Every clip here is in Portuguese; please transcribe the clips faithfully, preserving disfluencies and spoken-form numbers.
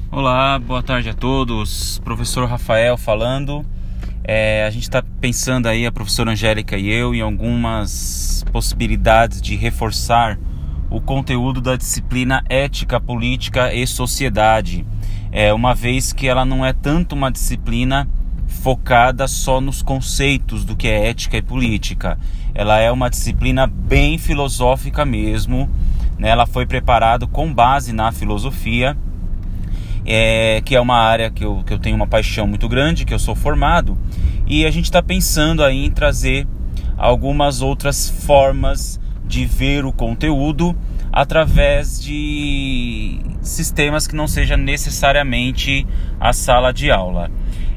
Olá, boa tarde a todos. Professor Rafael falando. É, a gente está pensando aí, a professora Angélica e eu, em algumas possibilidades de reforçar o conteúdo da disciplina Ética, Política e Sociedade, é, uma vez que ela não é tanto uma disciplina focada só nos conceitos do que é ética e política. Ela é uma disciplina bem filosófica mesmo, né? Ela foi preparada com base na filosofia, é, que é uma área que eu, que eu tenho uma paixão muito grande, que eu sou formado, e a gente está pensando aí em trazer algumas outras formas de ver o conteúdo através de sistemas que não seja necessariamente a sala de aula.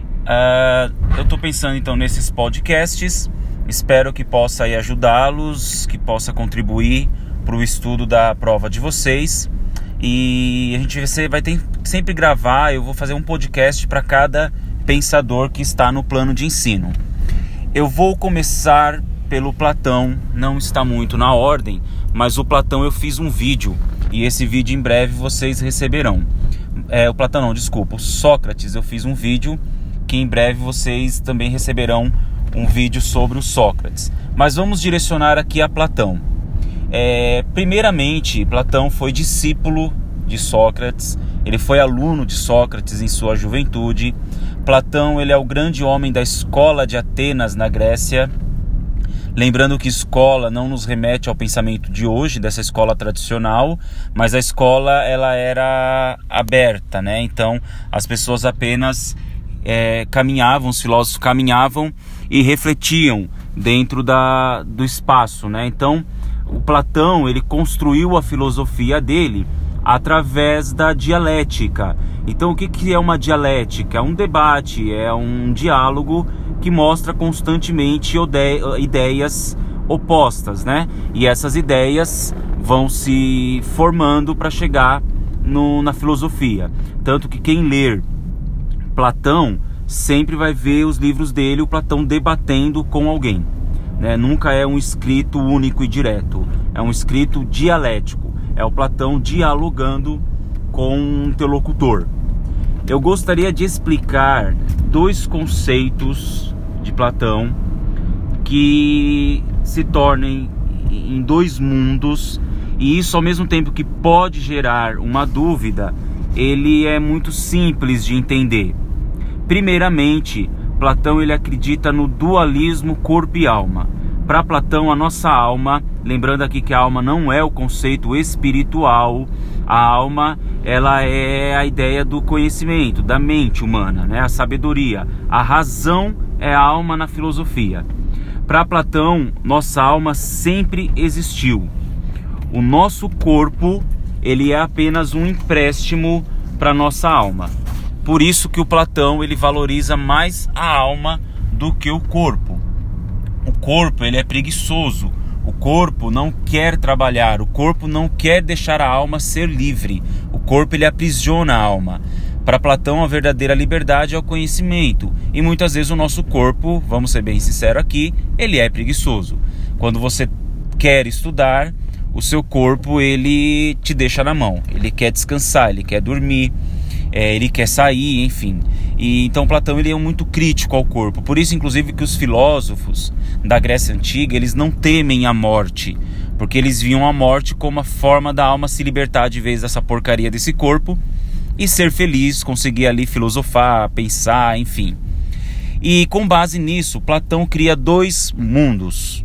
Uh, eu estou pensando então nesses podcasts, espero que possa aí ajudá-los, que possa contribuir para o estudo da prova de vocês. E a gente vai ter, sempre gravar, eu vou fazer um podcast para cada pensador que está no plano de ensino. Eu vou começar pelo Platão, não está muito na ordem, mas o Platão eu fiz um vídeo, e esse vídeo em breve vocês receberão. É, o Platão não, desculpa, o Sócrates, eu fiz um vídeo que em breve vocês também receberão um vídeo sobre o Sócrates. Mas vamos direcionar aqui a Platão. É, primeiramente, Platão foi discípulo de Sócrates, ele foi aluno de Sócrates em sua juventude. Platão ele é o grande homem da escola de Atenas na Grécia. Lembrando que escola não nos remete ao pensamento de hoje, dessa escola tradicional, mas a escola ela era aberta, né? Então as pessoas apenas é, caminhavam, os filósofos caminhavam e refletiam dentro da, do espaço, né? Então o Platão ele construiu a filosofia dele através da dialética. Então o que, que é uma dialética? É um debate, é um diálogo que mostra constantemente ideias opostas, né? E essas ideias vão se formando para chegar no, na filosofia. Tanto que quem ler Platão sempre vai ver os livros dele, o Platão debatendo com alguém. Né? Nunca é um escrito único e direto, é um escrito dialético, é o Platão dialogando com um interlocutor. Eu gostaria de explicar dois conceitos de Platão que se tornem em dois mundos, e isso ao mesmo tempo que pode gerar uma dúvida, ele é muito simples de entender. Primeiramente, Platão ele acredita no dualismo corpo e alma. Para Platão, a nossa alma, lembrando aqui que a alma não é o conceito espiritual, a alma ela é a ideia do conhecimento, da mente humana, né? A sabedoria. A razão é a alma na filosofia. Para Platão, nossa alma sempre existiu. O nosso corpo ele é apenas um empréstimo para nossa alma. Por isso que o Platão ele valoriza mais a alma do que o corpo. O corpo ele é preguiçoso, o corpo não quer trabalhar, o corpo não quer deixar a alma ser livre, o corpo ele aprisiona a alma. Para Platão a verdadeira liberdade é o conhecimento, e muitas vezes o nosso corpo, vamos ser bem sinceros aqui, ele é preguiçoso. Quando você quer estudar, o seu corpo ele te deixa na mão, ele quer descansar, ele quer dormir, É, ele quer sair, enfim. E então Platão ele é muito crítico ao corpo. Por isso, inclusive, que os filósofos da Grécia Antiga eles não temem a morte, porque eles viam a morte como a forma da alma se libertar de vez dessa porcaria desse corpo e ser feliz, conseguir ali filosofar, pensar, enfim. E com base nisso, Platão cria dois mundos: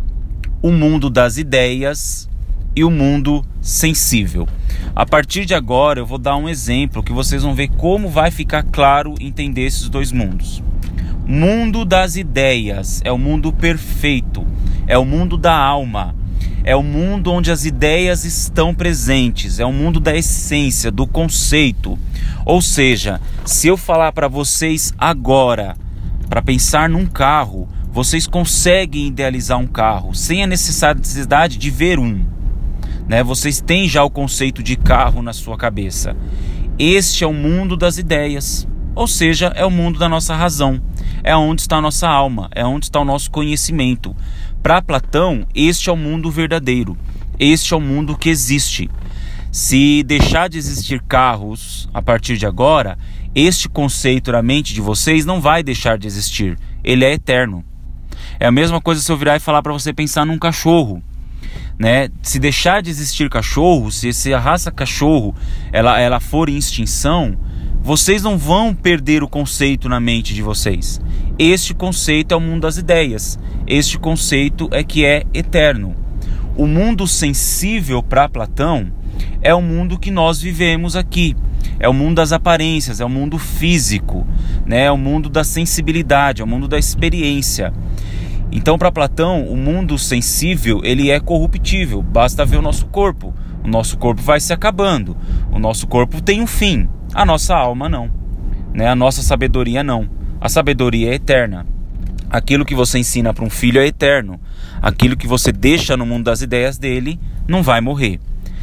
o mundo das ideias e o mundo sensível. A partir de agora eu vou dar um exemplo que vocês vão ver como vai ficar claro entender esses dois mundos. Mundo das ideias é o mundo perfeito, é o mundo da alma, é o mundo onde as ideias estão presentes, é o mundo da essência, do conceito. Ou seja, se eu falar para vocês agora, para pensar num carro, vocês conseguem idealizar um carro sem a necessidade de ver um. Né? Vocês têm já o conceito de carro na sua cabeça. Este é o mundo das ideias, ou seja, é o mundo da nossa razão, é onde está a nossa alma, é onde está o nosso conhecimento. Para Platão, este é o mundo verdadeiro, este é o mundo que existe. Se deixar de existir carros a partir de agora, este conceito na mente de vocês não vai deixar de existir. Ele é eterno. É a mesma coisa se eu virar e falar para você pensar num cachorro, né? Se deixar de existir cachorro, se, se a raça cachorro ela, ela for em extinção, vocês não vão perder o conceito na mente de vocês. Este conceito é o mundo das ideias. Este conceito é que é eterno. O mundo sensível para Platão é o mundo que nós vivemos aqui. É o mundo das aparências, é o mundo físico, né? É o mundo da sensibilidade, é o mundo da experiência. Então, para Platão, o mundo sensível ele é corruptível. Basta ver o nosso corpo. O nosso corpo vai se acabando. O nosso corpo tem um fim. A nossa alma não, né? A nossa sabedoria não. A sabedoria é eterna. Aquilo que você ensina para um filho é eterno. Aquilo que você deixa no mundo das ideias dele não vai morrer.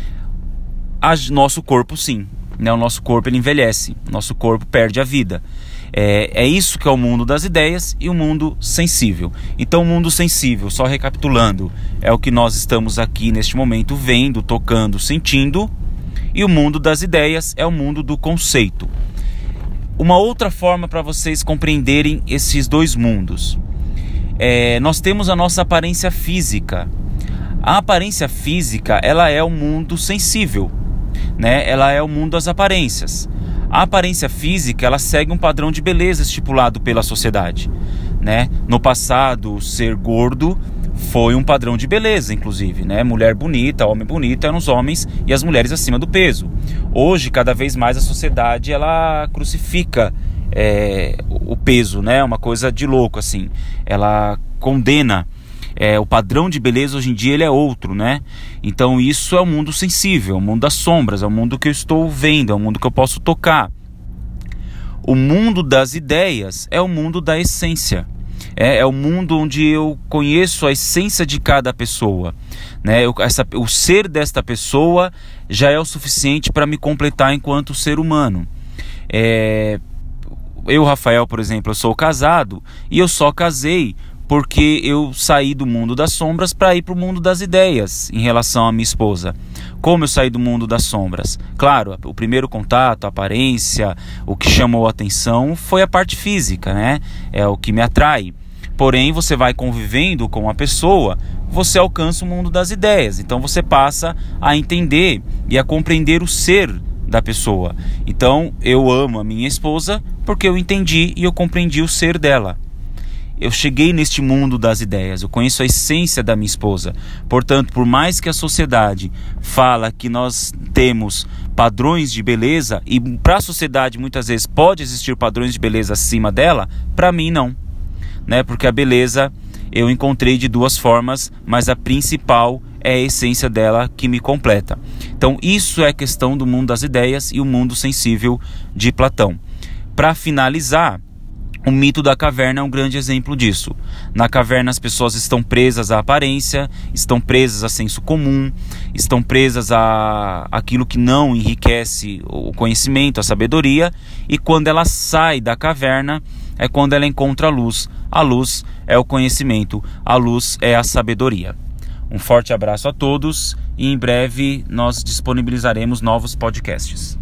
A, nosso corpo sim, né? O nosso corpo ele envelhece. O nosso corpo perde a vida. É, é isso que é o mundo das ideias e o mundo sensível. Então o mundo sensível, só recapitulando, é o que nós estamos aqui neste momento vendo, tocando, sentindo. E o mundo das ideias é o mundo do conceito. Uma outra forma para vocês compreenderem esses dois mundos. É, nós temos a nossa aparência física. A aparência física, ela é o mundo sensível, né? Ela é o mundo das aparências. A aparência física, ela segue um padrão de beleza estipulado pela sociedade, né? No passado, ser gordo foi um padrão de beleza, inclusive, né? Mulher bonita, homem bonito eram os homens e as mulheres acima do peso. Hoje, cada vez mais a sociedade ela crucifica é, o peso, né? Uma coisa de louco, assim. Ela condena. É, o padrão de beleza hoje em dia ele é outro, né? Então isso é o mundo sensível, é o mundo das sombras, é o mundo que eu estou vendo, é o mundo que eu posso tocar. O mundo das ideias é o mundo da essência. É, é o mundo onde eu conheço a essência de cada pessoa, né? Eu, essa, o ser desta pessoa já é o suficiente para me completar enquanto ser humano. É, eu, Rafael, por exemplo, eu sou casado e eu só casei porque eu saí do mundo das sombras para ir para o mundo das ideias em relação à minha esposa. Como eu saí do mundo das sombras? Claro, o primeiro contato, a aparência, o que chamou a atenção foi a parte física, né? É o que me atrai. Porém, você vai convivendo com a pessoa, você alcança o mundo das ideias. Então você passa a entender e a compreender o ser da pessoa. Então eu amo a minha esposa porque eu entendi e eu compreendi o ser dela. Eu cheguei neste mundo das ideias, eu conheço a essência da minha esposa. Portanto, por mais que a sociedade fala que nós temos padrões de beleza, e para a sociedade muitas vezes pode existir padrões de beleza acima dela, para mim não, né? Porque a beleza eu encontrei de duas formas, mas a principal é a essência dela que me completa. Então isso é questão do mundo das ideias e o mundo sensível de Platão. Para finalizar, o mito da caverna é um grande exemplo disso. Na caverna as pessoas estão presas à aparência, estão presas a senso comum, estão presas a aquilo que não enriquece o conhecimento, a sabedoria, e quando ela sai da caverna é quando ela encontra a luz. A luz é o conhecimento, a luz é a sabedoria. Um forte abraço a todos e em breve nós disponibilizaremos novos podcasts.